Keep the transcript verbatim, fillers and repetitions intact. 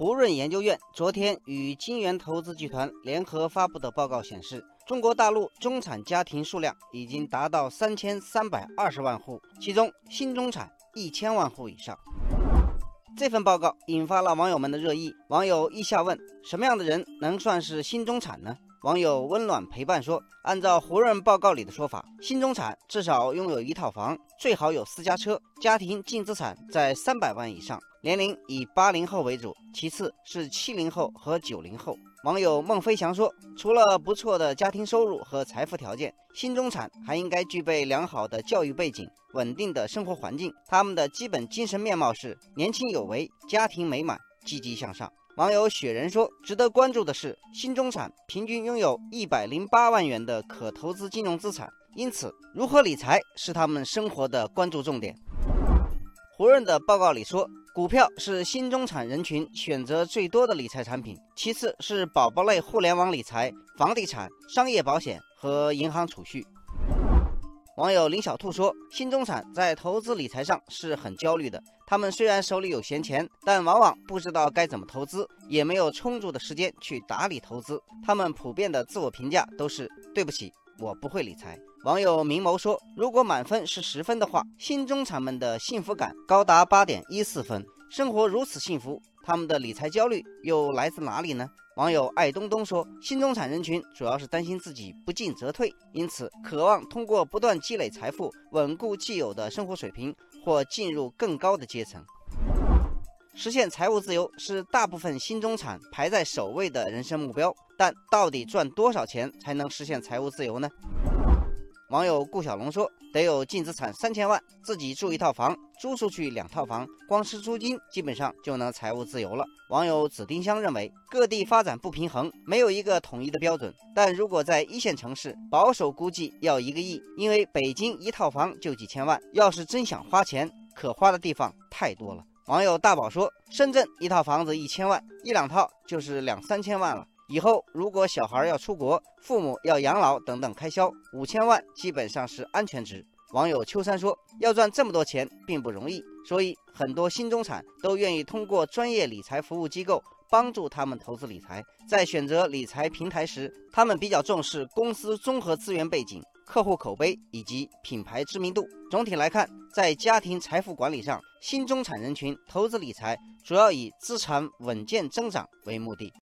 胡润研究院昨天与金源投资集团联合发布的报告显示，中国大陆中产家庭数量已经达到三千三百二十万户，其中新中产一千万户以上。这份报告引发了网友们的热议，网友意下问：什么样的人能算是新中产呢？网友温暖陪伴说，按照胡润报告里的说法，新中产至少拥有一套房，最好有私家车，家庭净资产在三百万以上，年龄以八零后为主，其次是七零后和九零后。网友孟飞翔说，除了不错的家庭收入和财富条件，新中产还应该具备良好的教育背景、稳定的生活环境，他们的基本精神面貌是年轻有为、家庭美满、积极向上。网友雪人说，值得关注的是，新中产平均拥有一百零八万元的可投资金融资产，因此如何理财是他们生活的关注重点。胡润的报告里说，股票是新中产人群选择最多的理财产品，其次是宝宝类互联网理财、房地产、商业保险和银行储蓄。网友林小兔说，新中产在投资理财上是很焦虑的，他们虽然手里有闲钱，但往往不知道该怎么投资，也没有充足的时间去打理投资，他们普遍的自我评价都是对不起，我不会理财。网友明谋说，如果满分是十分的话，新中产们的幸福感高达 八点一四分，生活如此幸福，他们的理财焦虑又来自哪里呢？网友爱东东说，新中产人群主要是担心自己不进则退，因此渴望通过不断积累财富，稳固既有的生活水平，或进入更高的阶层。实现财务自由是大部分新中产排在首位的人生目标，但到底赚多少钱才能实现财务自由呢？网友顾小龙说，得有净资产三千万，自己住一套房，租出去两套房，光是租金基本上就能财务自由了。网友紫丁香认为，各地发展不平衡，没有一个统一的标准，但如果在一线城市，保守估计要一个亿，因为北京一套房就几千万，要是真想花钱，可花的地方太多了。网友大宝说，深圳一套房子一千万，一两套就是两三千万了。以后如果小孩要出国，父母要养老等等开销，五千万基本上是安全值。网友秋山说，要赚这么多钱并不容易，所以很多新中产都愿意通过专业理财服务机构帮助他们投资理财。在选择理财平台时，他们比较重视公司综合资源背景、客户口碑以及品牌知名度。总体来看，在家庭财富管理上，新中产人群投资理财主要以资产稳健增长为目的。